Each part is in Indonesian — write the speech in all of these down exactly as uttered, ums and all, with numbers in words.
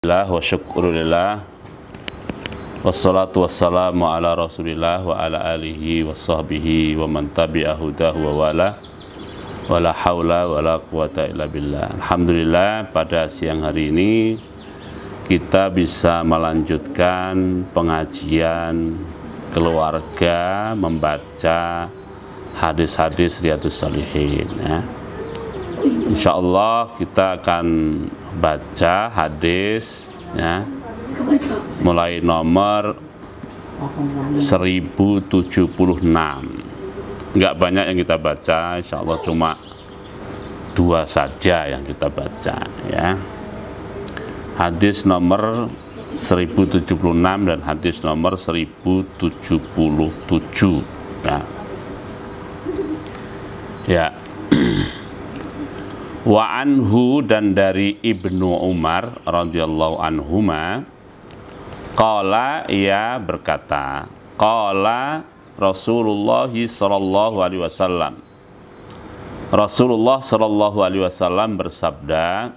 Alhamdulillah wa syukurillah wassalatu wassalamu ala rasulillah wa ala alihi wa sahbihi wa man tabi'a hudahu wa wala wa la hawla wa la quwata illa billah. Alhamdulillah, pada siang hari ini kita bisa melanjutkan pengajian keluarga membaca hadis-hadis Riyadhus Shalihin, ya. Insyaallah kita akan baca hadis, ya, mulai nomor seribu tujuh puluh enam. Enggak banyak yang kita baca, insyaallah cuma dua saja yang kita baca, ya. Hadis nomor seribu tujuh puluh enam dan hadis nomor seribu tujuh puluh tujuh, ya. Ya. Wa anhu, dan dari Ibnu Umar radhiyallahu anhuma, qala, ia berkata, qala Rasulullah sallallahu alaihi wasallam, Rasulullah sallallahu alaihi wasallam bersabda,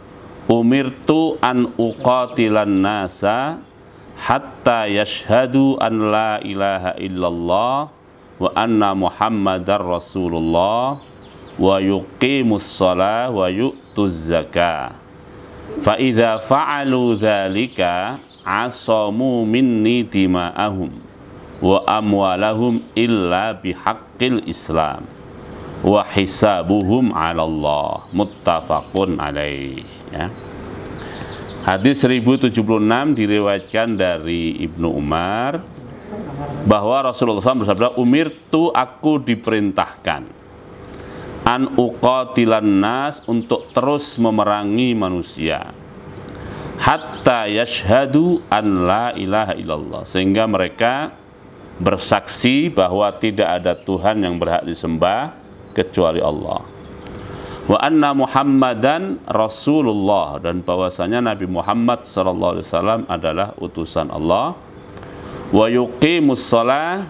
umirtu an uqatilan nasa hatta yashhadu an la ilaha illallah wa anna muhammadar rasulullah wa yuqimus shalah wa yu'tuz zakah fa idza fa'alu dzalika asamu minni dima'ahum wa amwalahum illa bihaqqil islam wa hisabuhum 'ala Allah, muttafaqun alaih, ya. Hadis seribu tujuh puluh enam diriwayatkan dari Ibnu Umar bahwa Rasulullah shallallahu alaihi wasallam bersabda, umirtu, aku diperintahkan, an uqatilan nas, untuk terus memerangi manusia, hatta yashhadu an la ilaha illallah, sehingga mereka bersaksi bahwa tidak ada Tuhan yang berhak disembah kecuali Allah, wa anna muhammadan rasulullah, dan bahwasanya Nabi Muhammad sallallahu alaihi wasallam adalah utusan Allah, wa yuqimus shalah,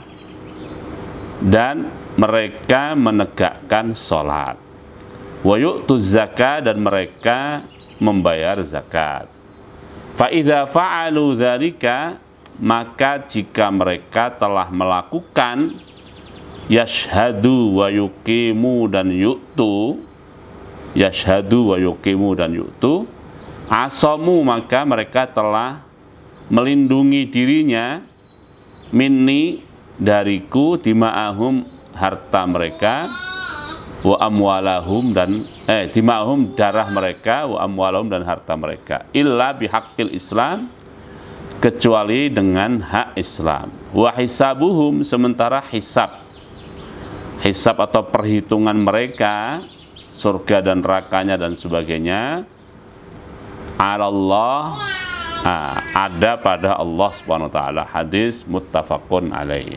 dan mereka menegakkan sholat, wa yu'tuz zakah, dan mereka membayar zakat, fa idza fa'alu dzalika, maka jika mereka telah melakukan, yashhadu wa yuqimu dan yu'tu, yashhadu wa yuqimu dan yu'tu, asamu, maka mereka telah melindungi dirinya, minni, dariku, dima'ahum, harta mereka, wa amwalahum, dan eh dima'ahum, darah mereka, wa amwalahum, dan harta mereka, illa bihaqqil islam, kecuali dengan hak Islam, wa hisabuhum, sementara hisab hisab atau perhitungan mereka, surga dan nerakanya dan sebagainya, Allah, ah, ada pada Allah subhanahu wa ta'ala. Hadis muttafaqun alaih.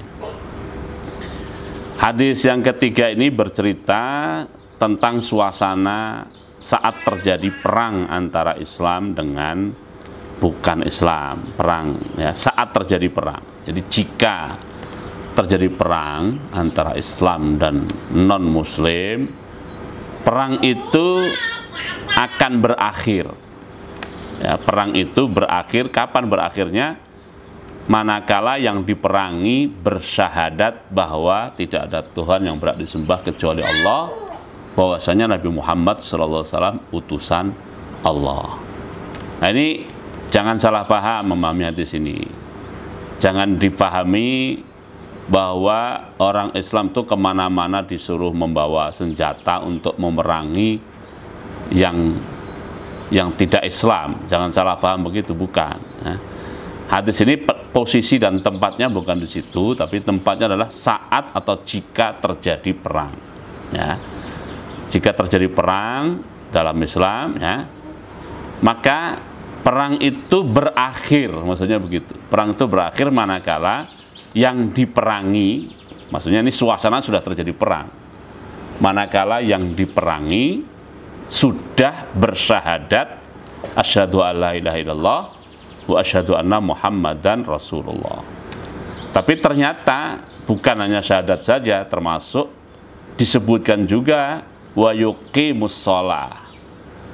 Hadis yang ketiga ini bercerita tentang suasana saat terjadi perang antara Islam dengan bukan Islam, perang, ya, saat terjadi perang. Jadi jika terjadi perang antara Islam dan non Muslim, perang itu akan berakhir. Ya, perang itu berakhir, kapan berakhirnya? Manakala yang diperangi bersyahadat bahwa tidak ada Tuhan yang berhak disembah kecuali Allah, bahwasanya Nabi Muhammad shallallahu alaihi wasallam utusan Allah. Nah, ini jangan salah paham memahami hadis ini. Jangan dipahami bahwa orang Islam itu kemana-mana disuruh membawa senjata untuk memerangi yang yang tidak Islam. Jangan salah paham begitu, bukan. Ya. Hadis ini posisi dan tempatnya bukan di situ, tapi tempatnya adalah saat atau jika terjadi perang. Ya. Jika terjadi perang dalam Islam, ya, maka perang itu berakhir, maksudnya begitu. Perang itu berakhir manakala yang diperangi, maksudnya ini suasana sudah terjadi perang, manakala yang diperangi sudah bersyahadat asyhadu alla ilaha illallah wa asyhadu anna muhammadan rasulullah. Tapi ternyata bukan hanya syahadat saja, termasuk disebutkan juga wa yuqimus shalah,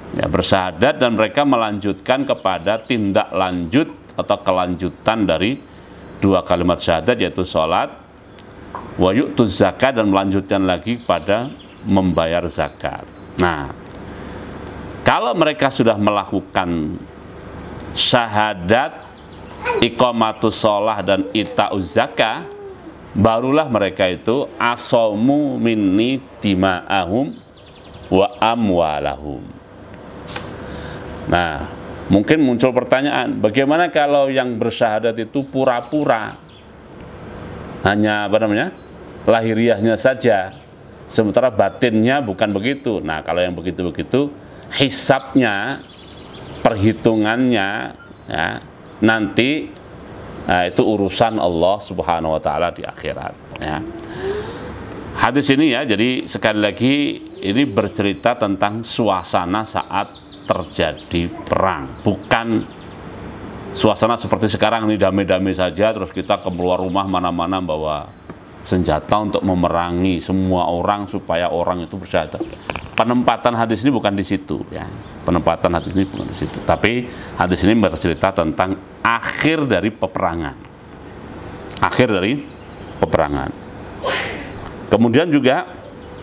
Ya, bersyahadat dan mereka melanjutkan kepada tindak lanjut atau kelanjutan dari dua kalimat syahadat, yaitu sholat, wa yu'tuz zakat, dan melanjutkan lagi pada membayar zakat. Nah, kalau mereka sudah melakukan syahadat, iqamatus sholah, dan ita'uz zakah, barulah mereka itu asomu minni dima'ahum wa amwalahum. Nah, mungkin muncul pertanyaan, bagaimana kalau yang bersyahadat itu pura-pura, hanya apa namanya, lahiriahnya saja, sementara batinnya bukan begitu. Nah, kalau yang begitu-begitu, hisabnya, perhitungannya, ya, nanti, nah, itu urusan Allah Subhanahu Wa Taala di akhirat. Ya. Hadis ini ya, jadi sekali lagi ini bercerita tentang suasana saat terjadi perang, bukan suasana seperti sekarang ini damai-damai saja terus kita keluar rumah mana-mana bawa senjata untuk memerangi semua orang supaya orang itu bersyahadat. Penempatan hadis ini bukan di situ, ya. Penempatan hadis ini bukan di situ, tapi hadis ini bercerita tentang akhir dari peperangan, akhir dari peperangan. Kemudian juga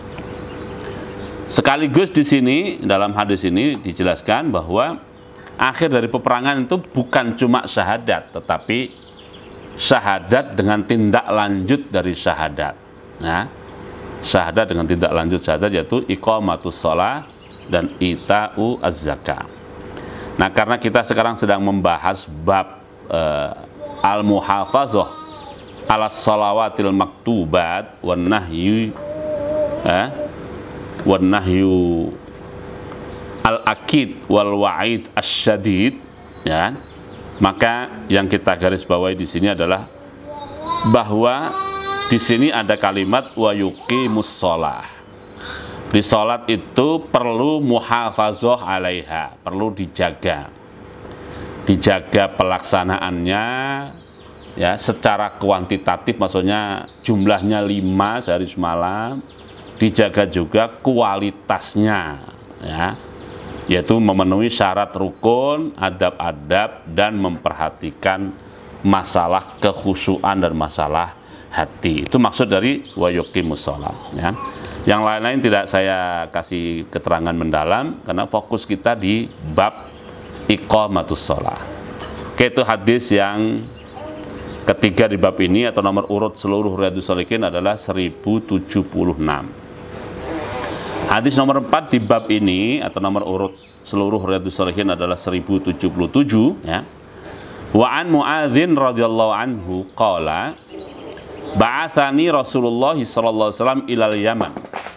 sekaligus di sini dalam hadis ini dijelaskan bahwa akhir dari peperangan itu bukan cuma syahadat, tetapi syahadat dengan tindak lanjut dari syahadat. Nah, syahadat dengan tindak lanjut syahadat yaitu iqamatus shalah dan ita'u az-zakah. Nah, karena kita sekarang sedang membahas bab uh, al-muhafazah ala shalawatil maktubat wan nahyu eh, wan nahyu al-akid wal wa'id asyadid, ya, maka yang kita garis bawahi di sini adalah bahwa di sini ada kalimat wa yuqimus shalah. Di salat itu perlu muhafazah alaiha, perlu dijaga, dijaga pelaksanaannya, ya, secara kuantitatif, maksudnya jumlahnya lima sehari semalam, dijaga juga kualitasnya, ya, yaitu memenuhi syarat rukun, adab-adab, dan memperhatikan masalah kekhusyuan dan masalah hati. Itu maksud dari wa yuqimus shalah, ya. Yang lain-lain tidak saya kasih keterangan mendalam karena fokus kita di bab iqamatus shalah. Oke, itu hadis yang ketiga di bab ini, atau nomor urut seluruh Riyadhus Shalihin adalah seribu tujuh puluh enam. Hadis nomor empat di bab ini atau nomor urut seluruh Riyadhus Shalihin adalah seribu tujuh puluh tujuh, ya. Wa an Mu'adzin radhiyallahu anhu qala ba'athani Rasulullah sallallahu alaihi wasallam ilal Yaman.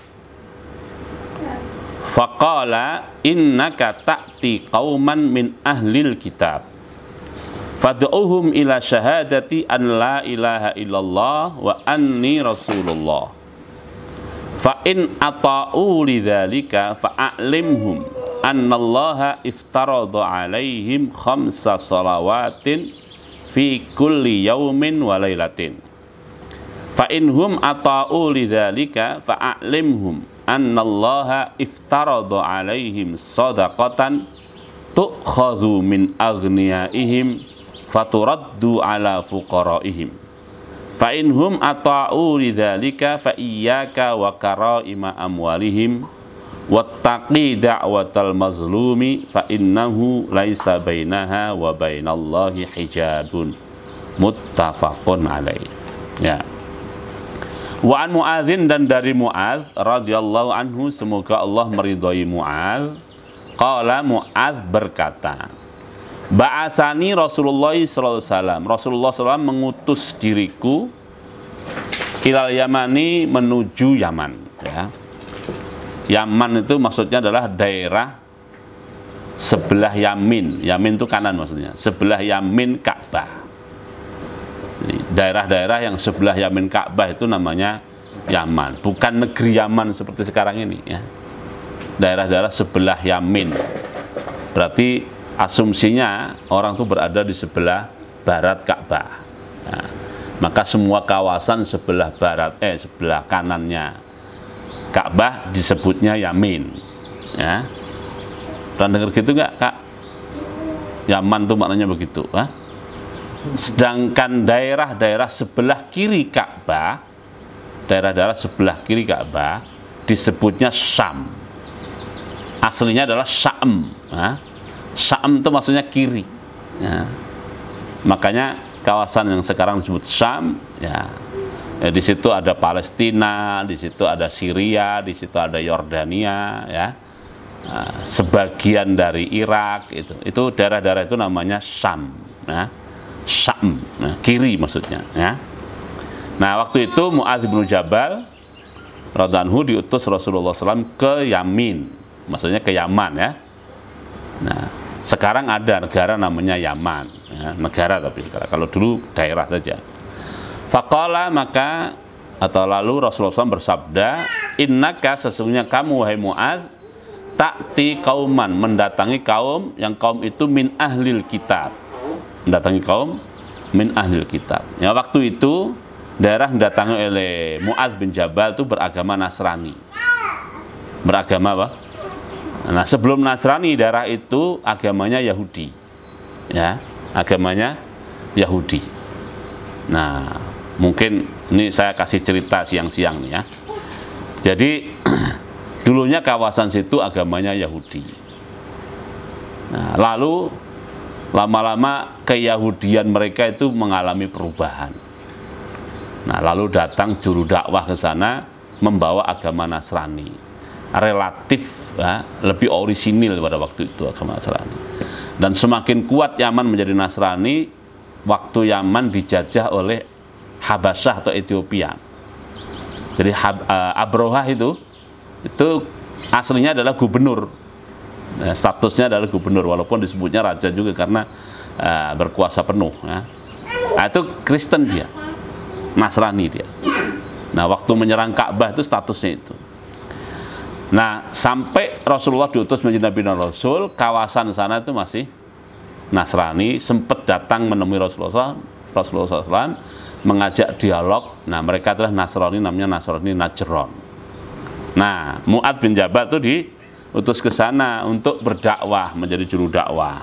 Faqala innaka ta'ti qauman min ahlil kitab. Fad'uhum ila syahadati an la ilaha illallah wa anni Rasulullah. Fa in ata'u lidzalika fa'alimhum annallaha iftarada alaihim khamsa salawatin fi kulli yaumin wa lailatin. Fa inhum ata'u lidzalika fa'alimhum annallaha iftarada alaihim sadaqatan tu'khadhu min aghniyaihim faturaddu ala fuqaraihim. Fa inhum ata'u lidzalika fa iyyaka wa karaima amwalihim wattaqi da'watal mazlumi fa innahu laisa bainaha wa bainallahi hijabun. Muttafaqun alaih. Ya. Wa an Mu'adzin, dan dari Mu'adz radhiyallahu anhu, semoga Allah meridhai Mu'adz, qala Mu'adz berkata, ba'asani Rasulullah sallallahu alaihi wasallam, Rasulullah sallallahu alaihi wasallam mengutus diriku ilal Yamani, menuju Yaman, ya. Yaman itu maksudnya adalah daerah sebelah Yamin. Yamin itu kanan maksudnya, sebelah Yamin Ka'bah. Daerah-daerah yang sebelah Yamin Ka'bah itu namanya Yaman, bukan negeri Yaman seperti sekarang ini, ya. Daerah-daerah sebelah Yamin. Berarti asumsinya orang itu berada di sebelah barat Ka'bah. Nah, maka semua kawasan sebelah barat, eh sebelah kanannya Ka'bah disebutnya Yamin, ya. Pernah dengar gitu nggak, Kak? Yaman tuh maknanya begitu. Ha? Sedangkan daerah-daerah sebelah kiri Ka'bah, daerah-daerah sebelah kiri Ka'bah disebutnya Syam. Aslinya adalah Syam. Ha? Syam itu maksudnya kiri. Ya. Makanya kawasan yang sekarang disebut Syam, ya, ya di situ ada Palestina, di situ ada Syria, di situ ada Yordania, ya. Nah, sebagian dari Irak itu, itu daerah-daerah itu namanya Syam, ya. Syam, nah, kiri maksudnya, ya. Nah, waktu itu Mu'adz bin Jabal radhiyallahu anhu diutus Rasulullah shallallahu alaihi wasallam ke Yamin, maksudnya ke Yaman, ya. Nah, sekarang ada negara namanya Yaman, ya, negara tapi sekarang, kalau dulu daerah saja. Faqala, maka atau lalu Rasulullah shallallahu alaihi wasallam bersabda, innaka, sesungguhnya kamu wahai Mu'adz, ta'ti kauman, mendatangi kaum yang kaum itu min ahlil kitab, mendatangi kaum min ahlil kitab. Ya, waktu itu daerah mendatangi oleh Mu'adz bin Jabal itu beragama Nasrani. Beragama apa? Nah, sebelum Nasrani daerah itu agamanya Yahudi. Ya, agamanya Yahudi. Nah, mungkin ini saya kasih cerita siang-siang nih, ya. Jadi dulunya kawasan situ agamanya Yahudi. Nah, lalu lama-lama keyahudian mereka itu mengalami perubahan. Nah, lalu datang juru dakwah ke sana membawa agama Nasrani. Relatif, ya, lebih orisinil pada waktu itu agama Nasrani. Dan semakin kuat Yaman menjadi Nasrani waktu Yaman dijajah oleh Habasyah atau Ethiopia. Jadi Abrohah itu itu aslinya adalah gubernur, ya, statusnya adalah gubernur, walaupun disebutnya raja juga karena uh, berkuasa penuh, ya. Nah, itu Kristen dia, Nasrani dia. Nah, waktu menyerang Ka'bah itu statusnya itu. Nah, sampai Rasulullah diutus menjadi Nabi dan Rasul, kawasan sana itu masih Nasrani. Sempat datang menemui Rasulullah, Rasulullah shallallahu alaihi wasallam mengajak dialog. Nah, mereka adalah Nasrani, namanya Nasrani Najran. Nah, Mu'adz bin Jabal itu diutus ke sana untuk berdakwah, menjadi juru dakwah.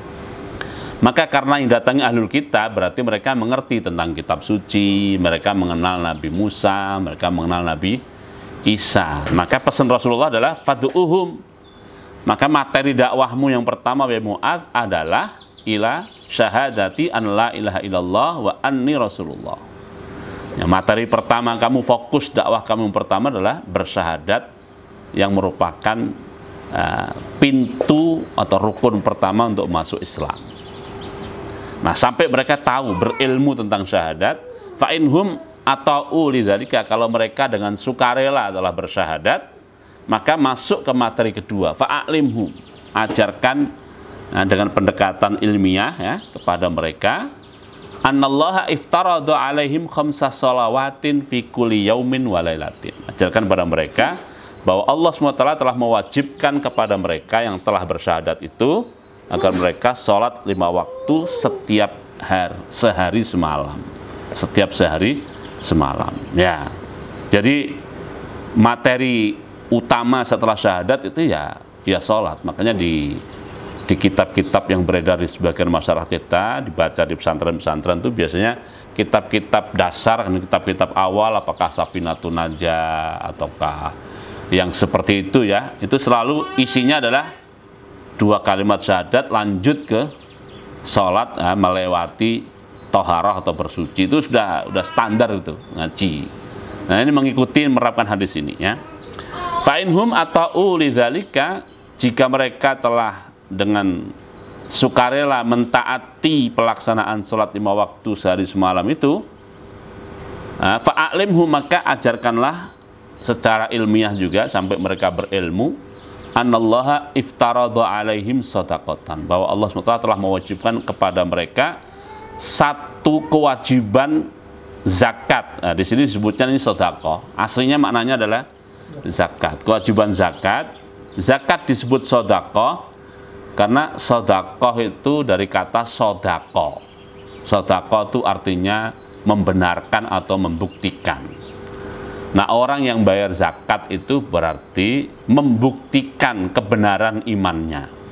Maka karena yang datangi ahlul kitab, berarti mereka mengerti tentang kitab suci, mereka mengenal Nabi Musa, mereka mengenal Nabi Isa. Maka pesan Rasulullah adalah fadu'uhum. Maka materi dakwahmu yang pertama wahai Mu'adz adalah ila syahadati an la ilaha illallah wa anni Rasulullah. Ya, materi pertama kamu, fokus dakwah kamu yang pertama adalah bersyahadat, yang merupakan uh, pintu atau rukun pertama untuk masuk Islam. Nah, sampai mereka tahu, berilmu tentang syahadat, fa inhum atau lidzalika, kalau mereka dengan sukarela adalah bersyahadat, maka masuk ke materi kedua, fa'alimhum, ajarkan nah, dengan pendekatan ilmiah, ya, kepada mereka, annallaha iftaradu alaihim khamsa salawatin fi kulli yaumin wa lailatin. Ajarkan kepada mereka bahwa Allah subhanahu wa taala telah mewajibkan kepada mereka yang telah bersyahadat itu agar mereka sholat lima waktu setiap hari, sehari semalam, setiap sehari semalam. Ya, jadi materi utama setelah syahadat itu ya ya sholat. Makanya di di kitab-kitab yang beredar di sebagian masyarakat kita, dibaca di pesantren-pesantren itu biasanya kitab-kitab dasar, kitab-kitab awal, apakah Safinatun Najah ataukah yang seperti itu, ya, itu selalu isinya adalah dua kalimat syahadat lanjut ke sholat, ya, melewati toharah atau bersuci. Itu sudah sudah standar itu ngaji. Nah, ini mengikuti menerapkan hadis ini, ya. Fa'inhum ata'u lidzalika, jika mereka telah dengan sukarela mentaati pelaksanaan sholat lima waktu sehari semalam itu, fa'alimhum, maka ajarkanlah secara ilmiah juga sampai mereka berilmu, annallaha iftaradu alaihim shadaqatan, bahwa Allah subhanahu wa taala telah mewajibkan kepada mereka satu kewajiban zakat. Nah, di sini disebutnya ini sedekah. Aslinya maknanya adalah zakat, kewajiban zakat. Zakat disebut sedekah karena sedekah itu dari kata sodako. Sodako itu artinya membenarkan atau membuktikan. Nah, orang yang bayar zakat itu berarti membuktikan kebenaran imannya.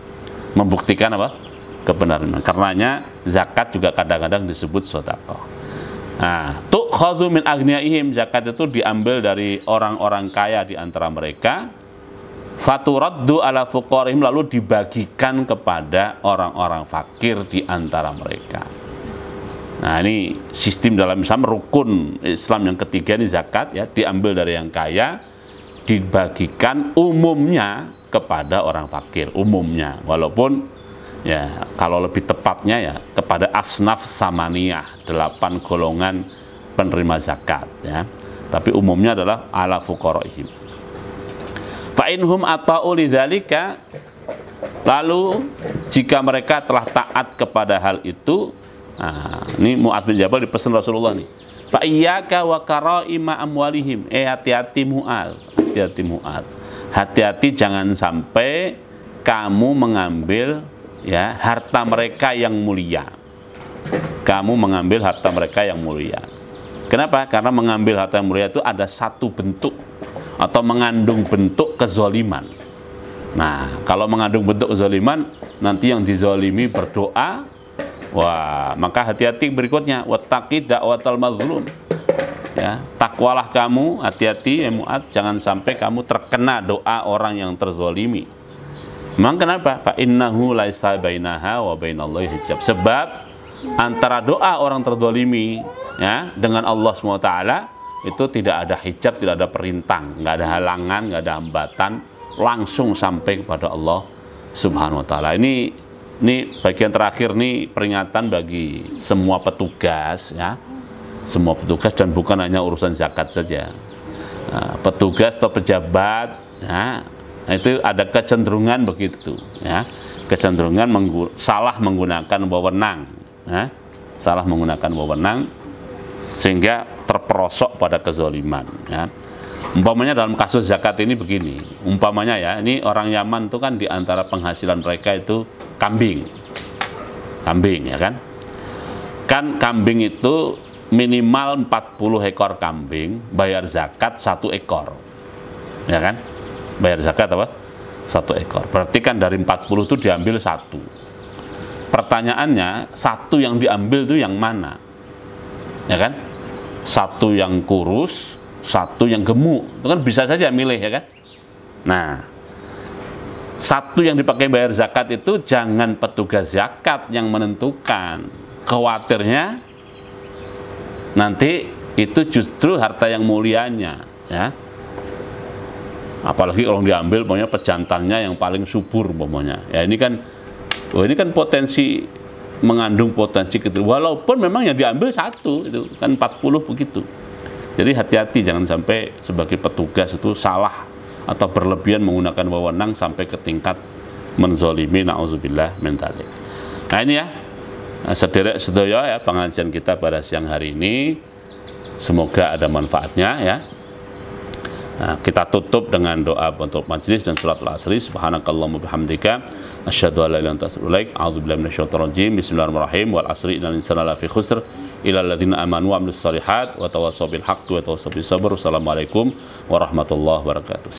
membuktikan apa? Kebenaran. Karenanya zakat juga kadang-kadang disebut sedekah. Nah, tu'khadhu min aghniyaihim, zakat itu diambil dari orang-orang kaya di antara mereka. Faturaddu ala fuqarihim, lalu dibagikan kepada orang-orang fakir di antara mereka. Nah, ini sistem dalam Islam, rukun Islam yang ketiga ini zakat ya, diambil dari yang kaya, dibagikan umumnya kepada orang fakir, umumnya. Walaupun ya kalau lebih tepatnya ya kepada asnaf samaniyah, delapan golongan penerima zakat ya. Tapi umumnya adalah ala fuqaraihim. Fa inhum ata'u lidzalika, lalu jika mereka telah taat kepada hal itu, nah, ini Mu'adz bin Jabal dipesan Rasulullah nih. Fa iyyaka wa karaima amwalihim, eh hati-hati Mu'adz, hati-hati Mu'adz. Hati-hati jangan sampai kamu mengambil ya harta mereka yang mulia. Kamu mengambil harta mereka yang mulia. Kenapa? Karena mengambil harta yang mulia itu ada satu bentuk atau mengandung bentuk kezoliman. Nah, kalau mengandung bentuk kezoliman, nanti yang dizolimi berdoa, wah, maka hati-hati berikutnya, wattaqi da'watal mazlum. Ya, takwalah kamu, hati-hati ya Mu'adz, jangan sampai kamu terkena doa orang yang terzolimi. Memang kenapa? Fa innahu laisa bainaha wa bainallahi hijab. Sebab antara doa orang terzolimi ya dengan Allah subhanahu wa taala itu tidak ada hijab, tidak ada perintang, nggak ada halangan, nggak ada hambatan, langsung sampai kepada Allah Subhanahu Wa Taala. Ini ini bagian terakhir nih peringatan bagi semua petugas ya, semua petugas dan bukan hanya urusan zakat saja. Nah, petugas atau pejabat, ya, itu ada kecenderungan begitu, ya, kecenderungan menggu salah menggunakan wewenang, ya, salah menggunakan wewenang sehingga terperosok pada kezaliman ya. Umpamanya dalam kasus zakat ini begini, umpamanya ya, ini orang Yaman itu kan diantara penghasilan mereka itu kambing kambing ya kan kan kambing itu minimal empat puluh ekor kambing, bayar zakat satu ekor ya kan, bayar zakat apa? Satu ekor, berarti kan dari empat puluh itu diambil satu. Pertanyaannya, satu yang diambil itu yang mana ya kan? Satu yang kurus, satu yang gemuk, itu kan bisa saja milih ya kan. Nah, satu yang dipakai bayar zakat itu jangan petugas zakat yang menentukan, khawatirnya nanti itu justru harta yang mulianya ya. Apalagi kalau diambil pokoknya pejantannya yang paling subur pokoknya ya, ini kan oh ini kan potensi, mengandung potensi kecil, walaupun memang yang diambil satu itu kan empat puluh begitu. Jadi hati-hati jangan sampai sebagai petugas itu salah atau berlebihan menggunakan wewenang sampai ke tingkat menzolimi, na'udzubillah min dzalik. Nah ini ya sederek sedaya ya pengajian kita pada siang hari ini, semoga ada manfaatnya ya. Nah, kita tutup dengan doa untuk majelis dan suratul asri. Subhanakallahumma bihamdika asyhadu an la ilaha illa anta astaghfiruka wa atubu ilaik. A'udzubillahi minasyaitonir rajim. Bismillahirrahmanirrahim. Wal asri innal insana lafi khusr illa alladziina amanu wa 'amilus shalihat wa tawassaw bil haqqi wa tawassaw bis sabr. Wassalamualaikum warahmatullahi wabarakatuh.